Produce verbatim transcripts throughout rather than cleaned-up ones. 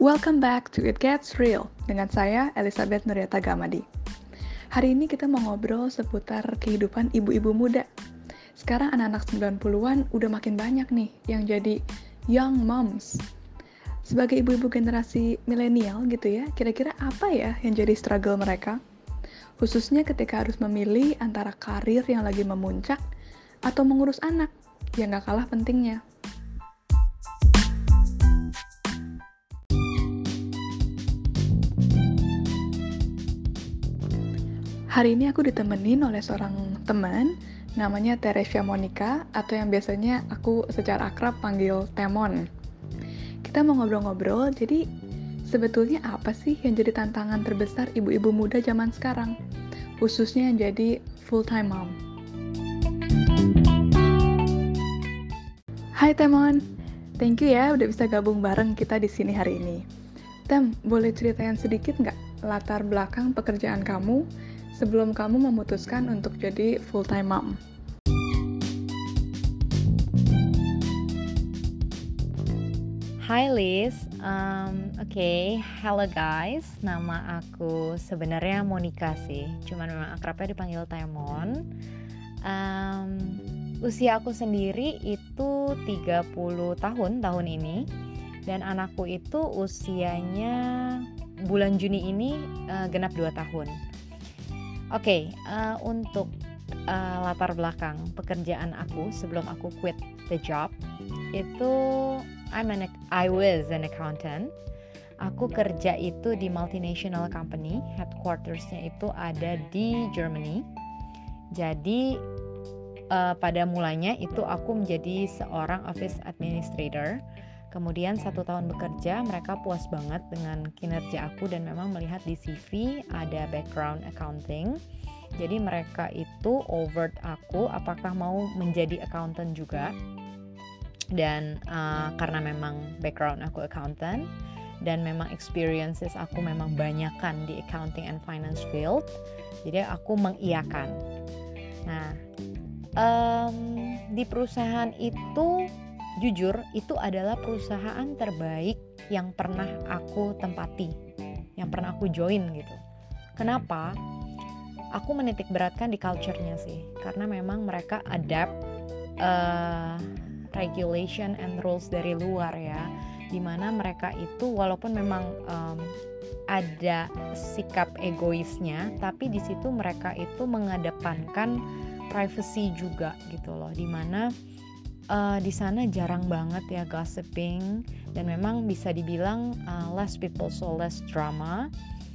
Welcome back to It Gets Real dengan saya Elizabeth Nuriata Gamadi. Hari ini kita mau ngobrol seputar kehidupan ibu-ibu muda. Sekarang anak-anak sembilan puluhan udah makin banyak nih yang jadi young moms. Sebagai ibu-ibu generasi milenial gitu ya, kira-kira apa ya yang jadi struggle mereka? Khususnya ketika harus memilih antara karir yang lagi memuncak atau mengurus anak yang gak kalah pentingnya. Hari ini aku ditemenin oleh seorang teman, namanya Teresia Monica, atau yang biasanya aku secara akrab panggil Temon. Kita mau ngobrol-ngobrol, jadi sebetulnya apa sih yang jadi tantangan terbesar ibu-ibu muda zaman sekarang? Khususnya yang jadi full-time mom. Hai Temon, thank you ya udah bisa gabung bareng kita di sini hari ini. Tem, boleh ceritain sedikit nggak latar belakang pekerjaan kamu sebelum kamu memutuskan untuk jadi full-time mom? Hai Liz, um, oke, okay. Hello guys, nama aku sebenarnya Monica sih, cuman memang akrabnya dipanggil Temon. Um, usia aku sendiri itu tiga puluh tahun tahun ini, dan anakku itu usianya bulan Juni ini uh, genap dua tahun. Oke, okay, uh, untuk uh, latar belakang pekerjaan aku sebelum aku quit the job itu I'm an I was an accountant. Aku kerja itu di multinational company, headquarters-nya itu ada di Germany. Jadi uh, pada mulanya itu aku menjadi seorang office administrator. Kemudian satu tahun bekerja, mereka puas banget dengan kinerja aku dan memang melihat di C V ada background accounting. Jadi mereka itu overt aku apakah mau menjadi accountant juga. Dan uh, karena memang background aku accountant dan memang experiences aku memang banyakan di accounting and finance field, jadi aku mengiyakan. Nah, um, di perusahaan itu jujur, itu adalah perusahaan terbaik yang pernah aku tempati, yang pernah aku join gitu. Kenapa? Aku menitik beratkan di culture-nya sih, karena memang mereka adapt uh, regulation and rules dari luar ya, dimana mereka itu walaupun memang um, ada sikap egoisnya, tapi di situ mereka itu mengedepankan privacy juga gitu loh, dimana Uh, di sana jarang banget ya gossiping dan memang bisa dibilang uh, less people so less drama.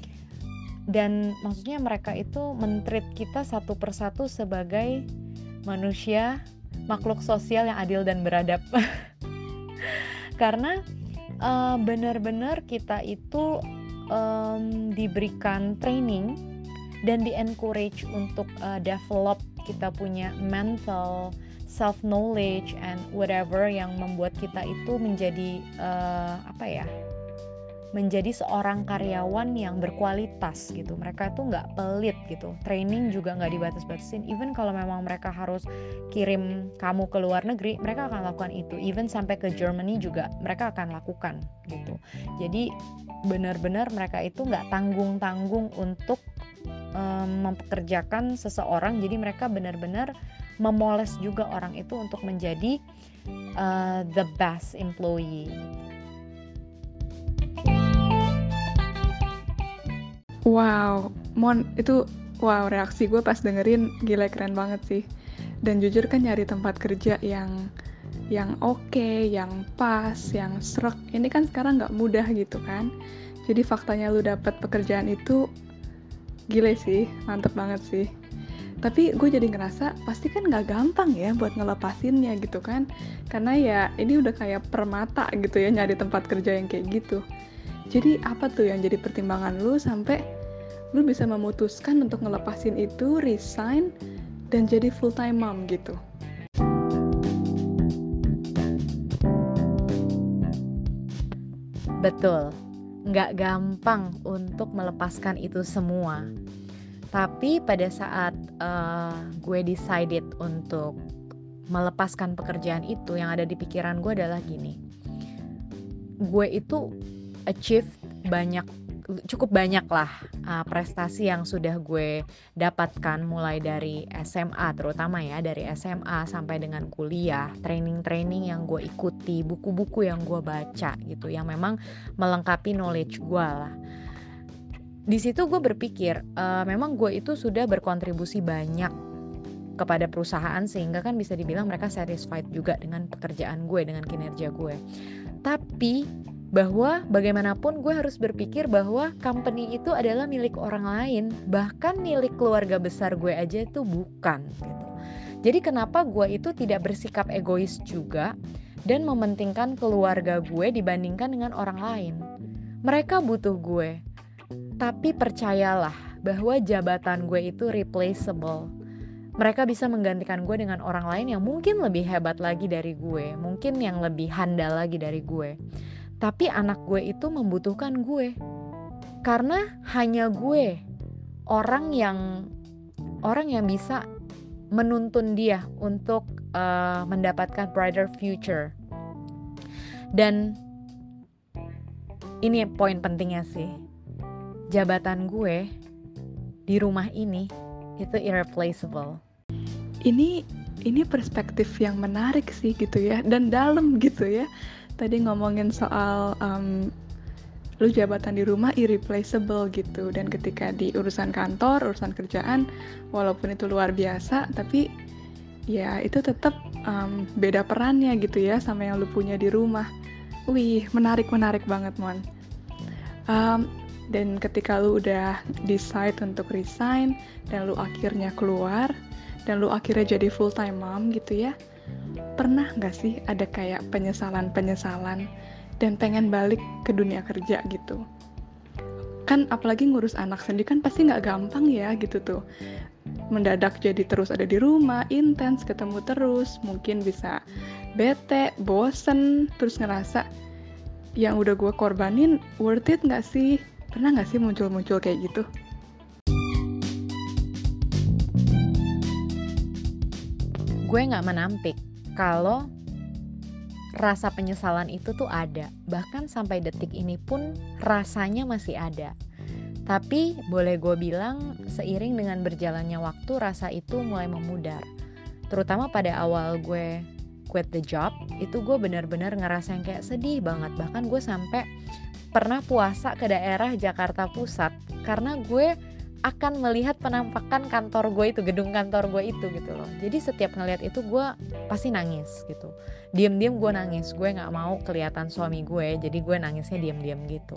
Dan maksudnya mereka itu men-treat kita satu persatu sebagai manusia, makhluk sosial yang adil dan beradab. Karena uh, benar-benar kita itu um, diberikan training dan di-encourage untuk uh, develop kita punya mental self-knowledge and whatever yang membuat kita itu menjadi uh, apa ya menjadi seorang karyawan yang berkualitas gitu. Mereka tuh nggak pelit gitu, training juga nggak dibatas-batasin. Even kalau memang mereka harus kirim kamu ke luar negeri, mereka akan lakukan itu. Even sampai ke Germany juga mereka akan lakukan gitu. Jadi benar-benar mereka itu nggak tanggung-tanggung untuk um, mempekerjakan seseorang. Jadi mereka benar-benar memoles juga orang itu untuk menjadi uh, the best employee. Wow, Mon, itu wow, reaksi gue pas dengerin gila keren banget sih. Dan jujur kan nyari tempat kerja yang yang oke, okay, yang pas, yang srek, ini kan sekarang nggak mudah gitu kan. Jadi faktanya lu dapet pekerjaan itu gile sih, mantep banget sih. Tapi gue jadi ngerasa pasti kan gak gampang ya buat ngelepasinnya gitu kan. Karena ya ini udah kayak permata gitu ya nyari tempat kerja yang kayak gitu. Jadi apa tuh yang jadi pertimbangan lu sampai lu bisa memutuskan untuk ngelepasin itu, resign, dan jadi full time mom gitu? Betul, gak gampang untuk melepaskan itu semua. Tapi pada saat uh, gue decided untuk melepaskan pekerjaan itu, yang ada di pikiran gue adalah gini, gue itu achieve banyak cukup banyak lah uh, prestasi yang sudah gue dapatkan mulai dari S M A, terutama ya dari S M A sampai dengan kuliah, training-training yang gue ikuti, buku-buku yang gue baca gitu, yang memang melengkapi knowledge gue lah. Di situ gue berpikir uh, memang gue itu sudah berkontribusi banyak kepada perusahaan, sehingga kan bisa dibilang mereka satisfied juga dengan pekerjaan gue, dengan kinerja gue. Tapi bahwa bagaimanapun gue harus berpikir bahwa company itu adalah milik orang lain, bahkan milik keluarga besar gue aja itu bukan gitu. Jadi kenapa gue itu tidak bersikap egois juga dan mementingkan keluarga gue dibandingkan dengan orang lain. Mereka butuh gue, tapi percayalah bahwa jabatan gue itu replaceable. Mereka bisa menggantikan gue dengan orang lain yang mungkin lebih hebat lagi dari gue, mungkin yang lebih handal lagi dari gue. Tapi anak gue itu membutuhkan gue, karena hanya gue orang yang orang yang bisa menuntun dia untuk uh, mendapatkan brighter future. Dan ini poin pentingnya sih, jabatan gue di rumah ini itu irreplaceable. Ini ini perspektif yang menarik sih gitu ya, dan dalam gitu ya. Tadi ngomongin soal um, lu jabatan di rumah irreplaceable gitu, dan ketika di urusan kantor, urusan kerjaan, walaupun itu luar biasa, tapi ya itu tetap um, beda perannya gitu ya sama yang lu punya di rumah. Wih, menarik-menarik banget, Mon. Um, dan ketika lu udah decide untuk resign, dan lu akhirnya keluar, dan lu akhirnya jadi full time mom gitu ya, pernah gak sih ada kayak penyesalan-penyesalan dan pengen balik ke dunia kerja gitu? Kan apalagi ngurus anak sendiri kan pasti gak gampang ya gitu tuh. Mendadak jadi terus ada di rumah, intens, ketemu terus, mungkin bisa bete, bosen, terus ngerasa yang udah gue korbanin worth it gak sih? Pernah gak sih muncul-muncul kayak gitu? Gue gak menampik kalau rasa penyesalan itu tuh ada. Bahkan sampai detik ini pun rasanya masih ada. Tapi boleh gue bilang seiring dengan berjalannya waktu rasa itu mulai memudar. Terutama pada awal gue quit the job, itu gue benar-benar ngerasa yang kayak sedih banget. Bahkan gue sampai pernah puasa ke daerah Jakarta Pusat karena gue akan melihat penampakan kantor gue itu, gedung kantor gue itu gitu loh. Jadi setiap ngeliat itu gue pasti nangis gitu. Diam-diam gue nangis, gue gak mau kelihatan suami gue, jadi gue nangisnya diam-diam gitu.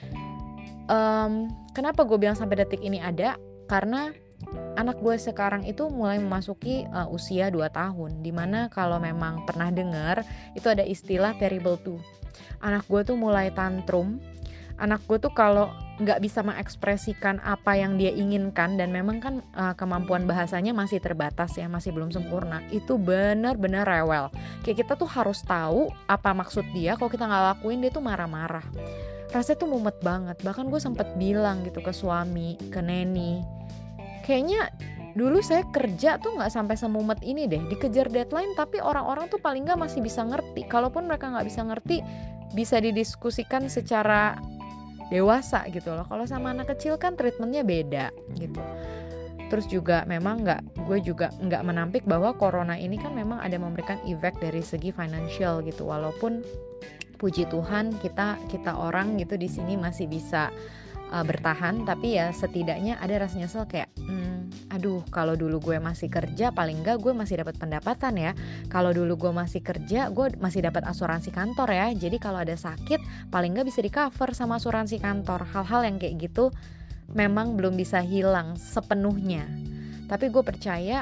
Um, kenapa gue bilang sampai detik ini ada? Karena anak gue sekarang itu mulai memasuki uh, usia dua tahun, dimana kalau memang pernah dengar itu ada istilah terrible two. Anak gue tuh mulai tantrum. Anak gue tuh kalau nggak bisa mengekspresikan apa yang dia inginkan, dan memang kan uh, kemampuan bahasanya masih terbatas ya, masih belum sempurna, itu benar-benar rewel. Kayak kita tuh harus tahu apa maksud dia, kalau kita nggak lakuin dia tuh marah-marah. Rasanya tuh mumet banget. Bahkan gue sempet bilang gitu ke suami, ke Neni, kayaknya dulu saya kerja tuh nggak sampai semumet ini deh, dikejar deadline tapi orang-orang tuh paling nggak masih bisa ngerti. Kalaupun mereka nggak bisa ngerti, bisa didiskusikan secara dewasa gitu loh. Kalau sama anak kecil kan treatmentnya beda gitu. Terus juga memang nggak, gue juga nggak menampik bahwa corona ini kan memang ada memberikan efek dari segi financial gitu. Walaupun puji Tuhan kita kita orang gitu di sini masih bisa uh, bertahan, tapi ya setidaknya ada rasa nyesel kayak, hmm, aduh kalau dulu gue masih kerja paling nggak gue masih dapat pendapatan ya. Kalau dulu gue masih kerja gue masih dapat asuransi kantor ya. Jadi kalau ada sakit paling nggak bisa di cover sama asuransi kantor. Hal-hal yang kayak gitu memang belum bisa hilang sepenuhnya. Tapi gue percaya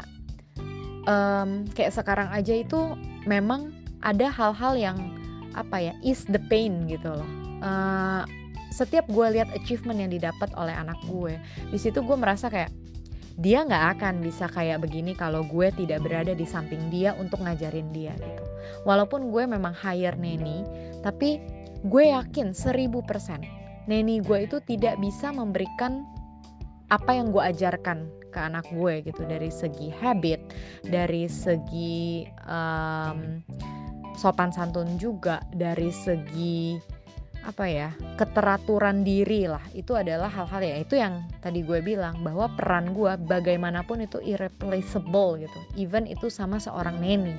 um, kayak sekarang aja itu memang ada hal-hal yang apa ya, ease the pain gitu loh. Uh, setiap gue lihat achievement yang didapat oleh anak gue, di situ gue merasa kayak dia nggak akan bisa kayak begini kalau gue tidak berada di samping dia untuk ngajarin dia gitu. Walaupun gue memang hire Neni, tapi gue yakin seribu persen Neni gue itu tidak bisa memberikan apa yang gue ajarkan ke anak gue gitu, dari segi habit, dari segi um, sopan santun juga, dari segi apa ya, keteraturan diri lah. Itu adalah hal-hal ya itu yang tadi gue bilang bahwa peran gue bagaimanapun itu irreplaceable gitu. Even itu sama seorang neni.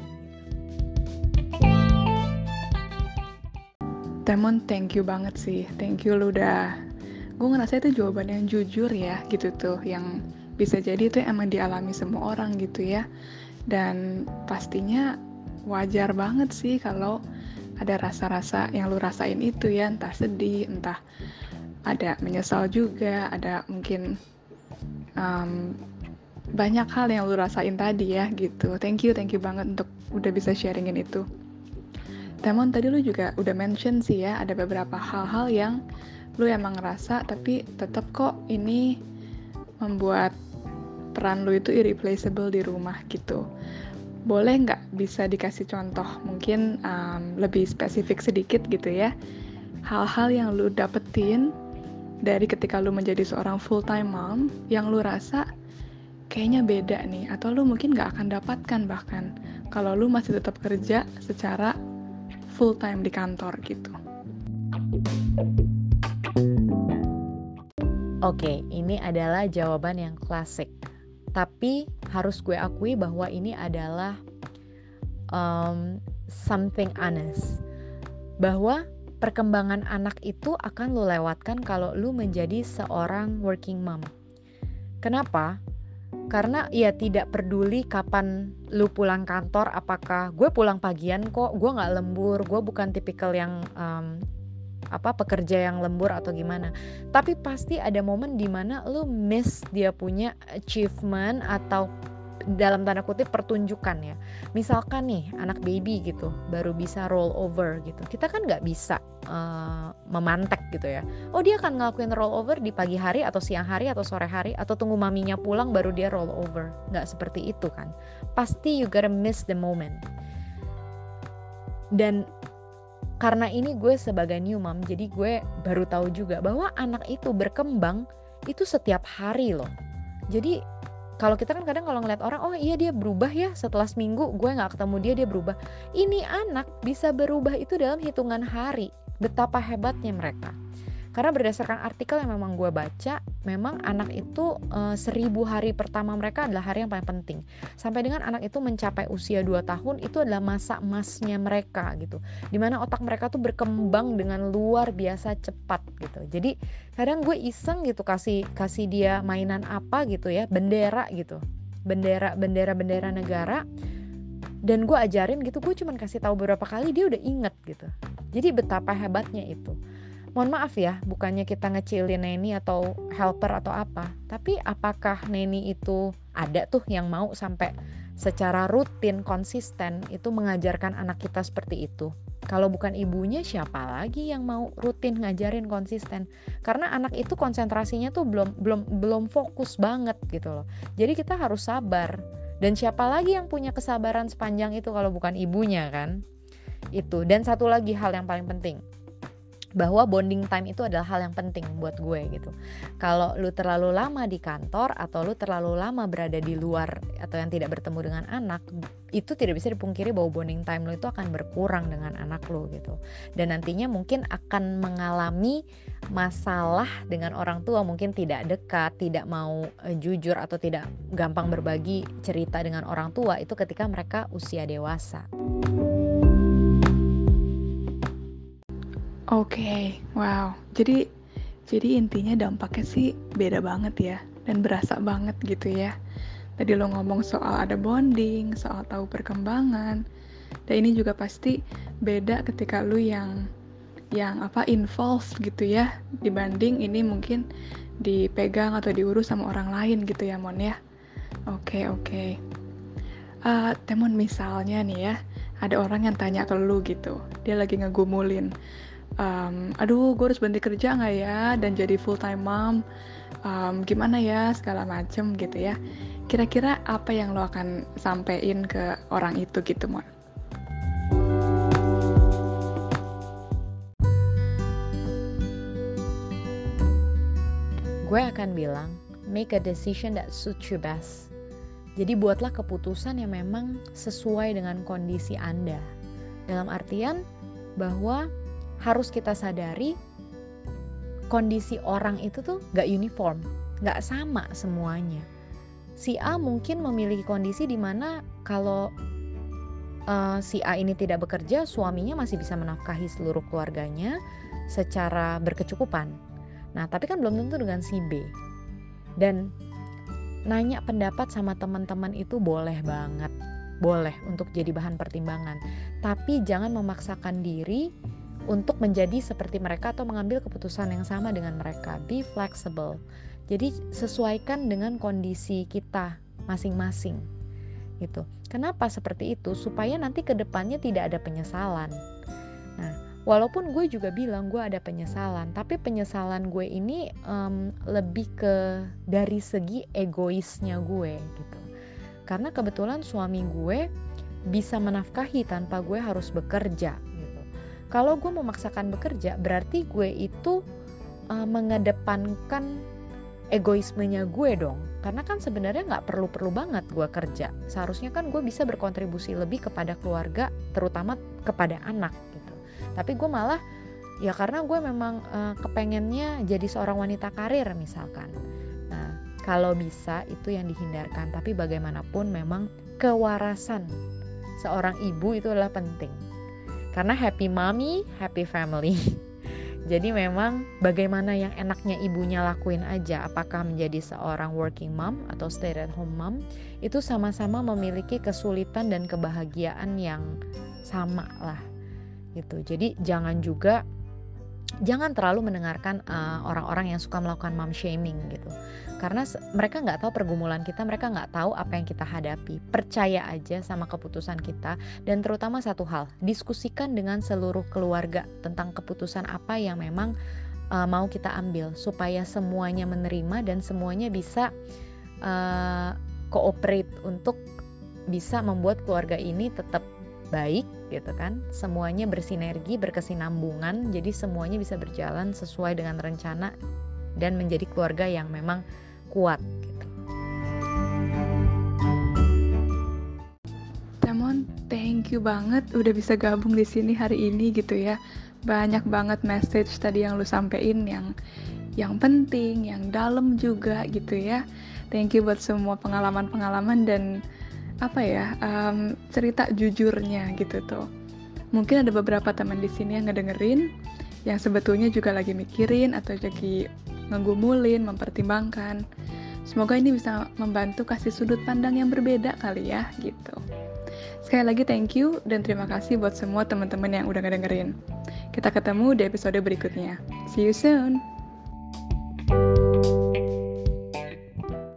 Temon, thank you banget sih. Thank you lu udah, gue ngerasa itu jawaban yang jujur ya gitu tuh, yang bisa jadi itu emang dialami semua orang gitu ya. Dan pastinya wajar banget sih kalau ada rasa-rasa yang lu rasain itu ya, entah sedih, entah ada menyesal juga, ada mungkin um, banyak hal yang lu rasain tadi ya gitu. Thank you, thank you banget untuk udah bisa sharingin itu. Temon, tadi lu juga udah mention sih ya, ada beberapa hal-hal yang lu emang ngerasa tapi tetap kok ini membuat peran lu itu irreplaceable di rumah gitu. Boleh nggak bisa dikasih contoh, mungkin um, lebih spesifik sedikit gitu ya, hal-hal yang lu dapetin dari ketika lu menjadi seorang full-time mom yang lu rasa kayaknya beda nih, atau lu mungkin nggak akan dapatkan bahkan kalau lu masih tetap kerja secara full time di kantor gitu. Oke, ini adalah jawaban yang klasik. Tapi harus gue akui bahwa ini adalah um, something honest. Bahwa perkembangan anak itu akan lo lewatkan kalau lo menjadi seorang working mom. Kenapa? Karena ya tidak peduli kapan lu pulang kantor, apakah gue pulang pagian kok, gue gak lembur, gue bukan tipikal yang um, apa pekerja yang lembur atau gimana. Tapi pasti ada momen dimana lu miss dia punya achievement atau dalam tanda kutip pertunjukan ya. Misalkan nih anak baby gitu baru bisa roll over gitu, kita kan gak bisa uh, memantek gitu ya. Oh dia akan ngelakuin roll over di pagi hari atau siang hari atau sore hari, atau tunggu maminya pulang baru dia roll over. Gak seperti itu kan. Pasti you gotta miss the moment. Dan karena ini gue sebagai new mom, jadi gue baru tahu juga bahwa anak itu berkembang itu setiap hari loh. Jadi kalau kita kan kadang kalau ngeliat orang, oh iya dia berubah ya setelah seminggu gue gak ketemu dia, dia berubah. Ini anak bisa berubah itu dalam hitungan hari. Betapa hebatnya mereka. Karena berdasarkan artikel yang memang gue baca, memang anak itu e, seribu hari pertama mereka adalah hari yang paling penting. Sampai dengan anak itu mencapai usia dua tahun, itu adalah masa emasnya mereka gitu. Dimana otak mereka tuh berkembang dengan luar biasa cepat gitu. Jadi kadang gue iseng gitu kasih kasih dia mainan apa gitu ya, bendera gitu. Bendera bendera bendera negara. Dan gue ajarin gitu, gue cuman kasih tahu beberapa kali dia udah inget gitu. Jadi betapa hebatnya itu. Mohon maaf ya, bukannya kita ngecilin neni atau helper atau apa, tapi apakah neni itu ada tuh yang mau sampai secara rutin, konsisten itu mengajarkan anak kita seperti itu? Kalau bukan ibunya, siapa lagi yang mau rutin ngajarin konsisten? Karena anak itu konsentrasinya tuh belum belum belum fokus banget gitu loh. Jadi kita harus sabar. Dan siapa lagi yang punya kesabaran sepanjang itu kalau bukan ibunya kan? Itu. Dan satu lagi hal yang paling penting, bahwa bonding time itu adalah hal yang penting buat gue gitu. Kalau lu terlalu lama di kantor atau lu terlalu lama berada di luar atau yang tidak bertemu dengan anak, itu tidak bisa dipungkiri bahwa bonding time lu itu akan berkurang dengan anak lu gitu. Dan nantinya mungkin akan mengalami masalah dengan orang tua, mungkin tidak dekat, tidak mau uh, jujur atau tidak gampang berbagi cerita dengan orang tua itu ketika mereka usia dewasa. Oke, okay, wow. Jadi jadi intinya dampaknya sih beda banget ya, dan berasa banget gitu ya. Tadi lo ngomong soal ada bonding, soal tahu perkembangan. Dan ini juga pasti beda ketika lo yang yang apa involved gitu ya, dibanding ini mungkin dipegang atau diurus sama orang lain gitu ya, Mon ya. Oke, okay, oke. Okay. Uh, Temon, misalnya nih ya, ada orang yang tanya ke lo gitu. Dia lagi ngegumulin. Um, aduh gue harus berhenti kerja gak ya dan jadi full time mom, um, gimana ya segala macem gitu ya. Kira-kira apa yang lo akan sampein ke orang itu gitu, Mon? Gue akan bilang make a decision that suits you best. Jadi buatlah keputusan yang memang sesuai dengan kondisi Anda. Dalam artian bahwa harus kita sadari kondisi orang itu tuh gak uniform, gak sama semuanya. Si A mungkin memiliki kondisi di mana kalau uh, si A ini tidak bekerja, suaminya masih bisa menafkahi seluruh keluarganya secara berkecukupan. Nah, tapi kan belum tentu dengan si B. Dan nanya pendapat sama teman-teman itu boleh banget, boleh untuk jadi bahan pertimbangan. Tapi jangan memaksakan diri untuk menjadi seperti mereka atau mengambil keputusan yang sama dengan mereka. Be flexible. Jadi sesuaikan dengan kondisi kita masing-masing. Gitu. Kenapa seperti itu? Supaya nanti ke depannya tidak ada penyesalan. Nah, walaupun gue juga bilang gue ada penyesalan, tapi penyesalan gue ini um, lebih ke dari segi egoisnya gue gitu. Karena kebetulan suami gue bisa menafkahi tanpa gue harus bekerja gitu. Kalau gue memaksakan bekerja, berarti gue itu uh, mengedepankan egoismenya gue dong. Karena kan sebenarnya gak perlu-perlu banget gue kerja. Seharusnya kan gue bisa berkontribusi lebih kepada keluarga, terutama kepada anak gitu. Tapi gue malah, ya karena gue memang uh, kepengennya jadi seorang wanita karir misalkan. Nah, kalau bisa itu yang dihindarkan. Tapi bagaimanapun memang kewarasan seorang ibu itu adalah penting. Karena happy mommy, happy family. Jadi memang bagaimana yang enaknya ibunya lakuin aja, apakah menjadi seorang working mom atau stay at home mom, itu sama-sama memiliki kesulitan dan kebahagiaan yang sama lah gitu. Jadi jangan juga jangan terlalu mendengarkan uh, orang-orang yang suka melakukan mom shaming gitu. Karena mereka nggak tahu pergumulan kita, mereka nggak tahu apa yang kita hadapi. Percaya aja sama keputusan kita, dan terutama satu hal, diskusikan dengan seluruh keluarga tentang keputusan apa yang memang uh, mau kita ambil, supaya semuanya menerima dan semuanya bisa uh, cooperate untuk bisa membuat keluarga ini tetap baik gitu kan. Semuanya bersinergi, berkesinambungan, jadi semuanya bisa berjalan sesuai dengan rencana dan menjadi keluarga yang memang kuat gitu. Temon, thank you banget udah bisa gabung di sini hari ini gitu ya. Banyak banget message tadi yang lu sampein yang yang penting, yang dalam juga gitu ya. Thank you buat semua pengalaman-pengalaman dan apa ya, um, cerita jujurnya gitu tuh. Mungkin ada beberapa teman di sini yang ngedengerin yang sebetulnya juga lagi mikirin atau lagi ngegumulin, mempertimbangkan. Semoga ini bisa membantu kasih sudut pandang yang berbeda kali ya gitu. Sekali lagi thank you dan terima kasih buat semua teman-teman yang udah ngedengerin. Kita ketemu di episode berikutnya. See you soon.